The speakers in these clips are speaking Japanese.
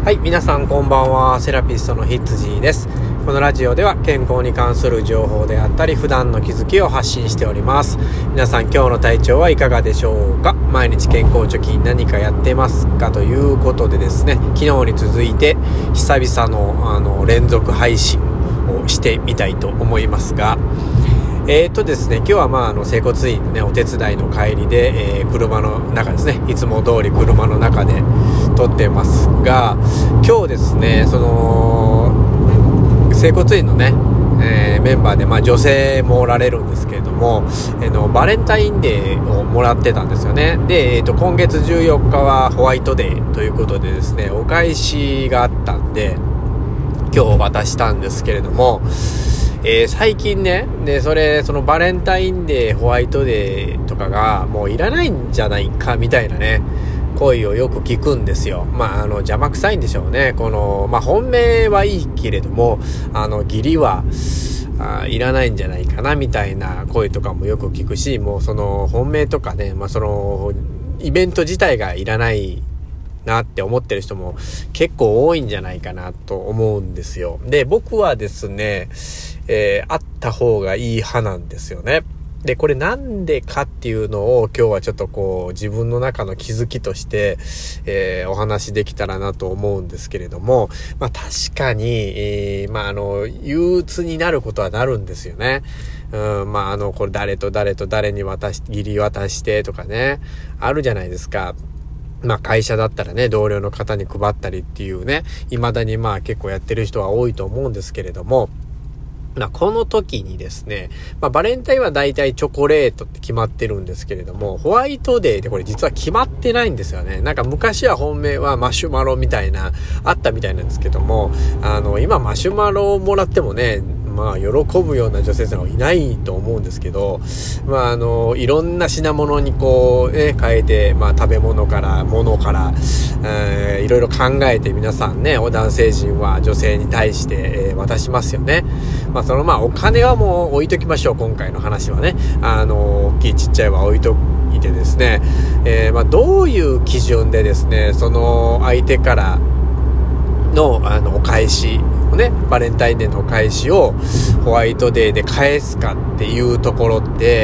はい、皆さんこんばんは。セラピストのひつじです。このラジオでは健康に関する情報であったり普段の気づきを発信しております。皆さん今日の体調はいかがでしょうか。毎日健康貯金何かやってますかということでですね、昨日に続いて久々の連続配信をしてみたいと思いますが、ですね、今日は整骨院のねお手伝いの帰りで、車の中ですね、いつも通り車の中で撮ってますが、今日ですね、その整骨院のね、メンバーで女性もおられるんですけれども、バレンタインデーをもらってたんですよね。で、今月14日はホワイトデーということでですね、お返しがあったんで今日渡したんですけれども、最近ね、そのバレンタインデー、ホワイトデーとかがもういらないんじゃないかみたいなね、声をよく聞くんですよ。邪魔くさいんでしょうね。本命はいいけれども、義理はいらないんじゃないかなみたいな声とかもよく聞くし、もうその本命とかね、そのイベント自体がいらないなって思ってる人も結構多いんじゃないかなと思うんですよ。で、僕はですね、あった方がいい派なんですよね。で、これなんでかっていうのを今日はちょっと自分の中の気づきとして、お話できたらなと思うんですけれども、確かに、憂鬱になることはなるんですよね。これ誰と誰と誰に義理渡してとかね、あるじゃないですか。会社だったらね、同僚の方に配ったりっていうね、未だに結構やってる人は多いと思うんですけれども、この時にですね、バレンタインはだいたいチョコレートって決まってるんですけれども、ホワイトデーでこれ実は決まってないんですよね。昔は本命はマシュマロみたいな、あったみたいなんですけども、今マシュマロをもらってもね、喜ぶような女性さんはいないと思うんですけど、いろんな品物に変えて、食べ物から物から、いろいろ考えて皆さんね、男性陣は女性に対して、渡しますよね。お金はもう置いときましょう。今回の話はね、大きいちっちゃいは置いといてですね、どういう基準でですね、その相手からのお返しをね、バレンタインデーのお返しをホワイトデーで返すかっていうところって、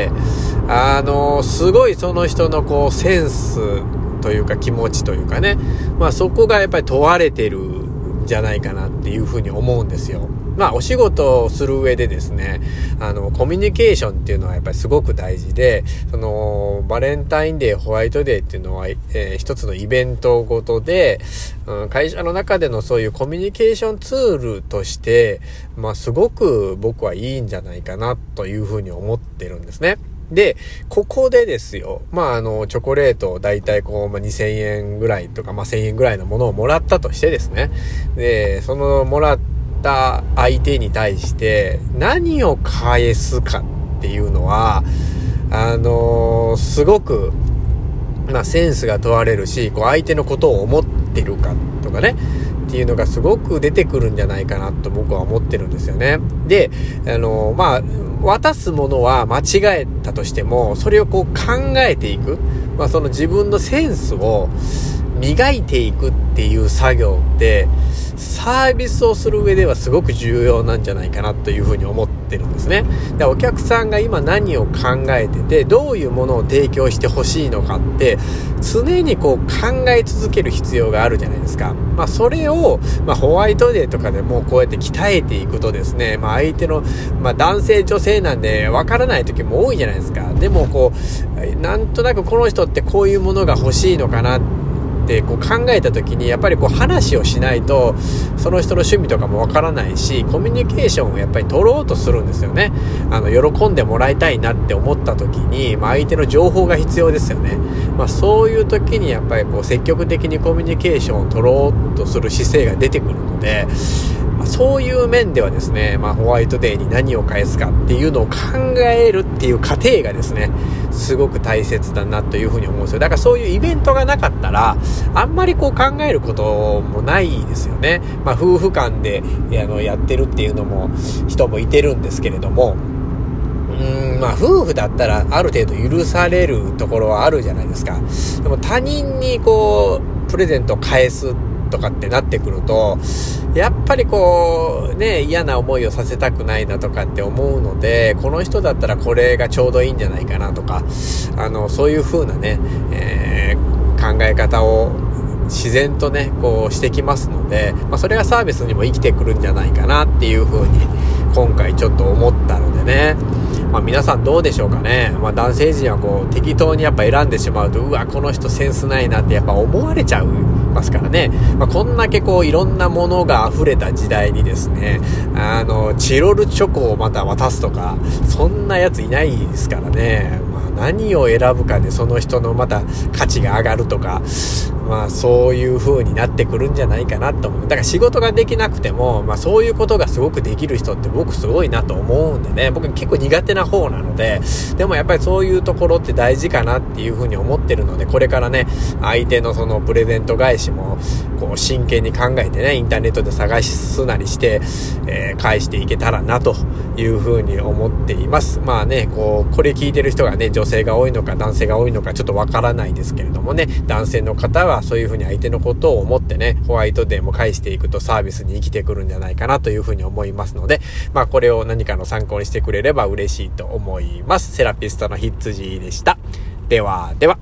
すごいその人のセンスというか気持ちというかね、そこがやっぱり問われてるんじゃないかなっていうふうに思うんですよ。お仕事をする上でですね、コミュニケーションっていうのはやっぱりすごく大事で、バレンタインデー、ホワイトデーっていうのは、一つのイベントごとで、会社の中でのそういうコミュニケーションツールとして、すごく僕はいいんじゃないかなというふうに思ってるんですね。で、ここでですよ、チョコレートをだいたい2000円ぐらいとか、1000円ぐらいのものをもらったとしてですね。で、そのもらった相手に対して何を返すかっていうのは、すごく、センスが問われるし、相手のことを思ってるかとかね、っていうのがすごく出てくるんじゃないかなと僕は思ってるんですよね。で、渡すものは間違えたとしても、それを考えていく、その自分のセンスを磨いていくっていう作業ってサービスをする上ではすごく重要なんじゃないかなというふうに思ってるんですね。で、お客さんが今何を考えてて、どういうものを提供してほしいのかって常に考え続ける必要があるじゃないですか。それをホワイトデーとかでもこうやって鍛えていくとですね、相手の男性女性なんでわからない時も多いじゃないですか。でもなんとなくこの人ってこういうものが欲しいのかなって考えた時に、やっぱり話をしないとその人の趣味とかもわからないし、コミュニケーションをやっぱり取ろうとするんですよね。喜んでもらいたいなって思った時に、相手の情報が必要ですよね。そういう時にやっぱり積極的にコミュニケーションを取ろうとする姿勢が出てくるので、そういう面ではですね、ホワイトデーに何を返すかっていうのを考えるっていう過程がですね、すごく大切だなというふうに思うんですよ。だからそういうイベントがなかったら、あんまり考えることもないですよね。夫婦間でやってるっていうのも人もいてるんですけれども、夫婦だったらある程度許されるところはあるじゃないですか。でも他人にプレゼントを返すっとかってなってくると、やっぱりこうね、嫌な思いをさせたくないなとかって思うので、この人だったらこれがちょうどいいんじゃないかなとか、そういう風なね、考え方を自然とねこうしてきますので、それがサービスにも生きてくるんじゃないかなっていう風に今回ちょっと思ったのでね、皆さんどうでしょうかね。男性陣はこう適当にやっぱ選んでしまうと、うわこの人センスないなってやっぱ思われちゃいますからね。こんだけこういろんなものが溢れた時代にですね、チロルチョコをまた渡すとかそんなやついないですからね。何を選ぶかでその人のまた価値が上がるとか、そういう風になってくるんじゃないかなと思う。だから仕事ができなくても、そういうことがすごくできる人って僕すごいなと思うんでね、僕結構苦手な方なので、でもやっぱりそういうところって大事かなっていう風に思ってるので、これからね、相手のそのプレゼント返しもこう真剣に考えてね、インターネットで探すなりして、返していけたらなという風に思っています。これ聞いてる人がね、女性が多いのか男性が多いのかちょっとわからないですけれどもね、男性の方はそういう風に相手のことを思ってね、ホワイトデーも返していくとサービスに生きてくるんじゃないかなという風に思いますので、これを何かの参考にしてくれれば嬉しいと思います。セラピストのヒッツジーでした。ではでは。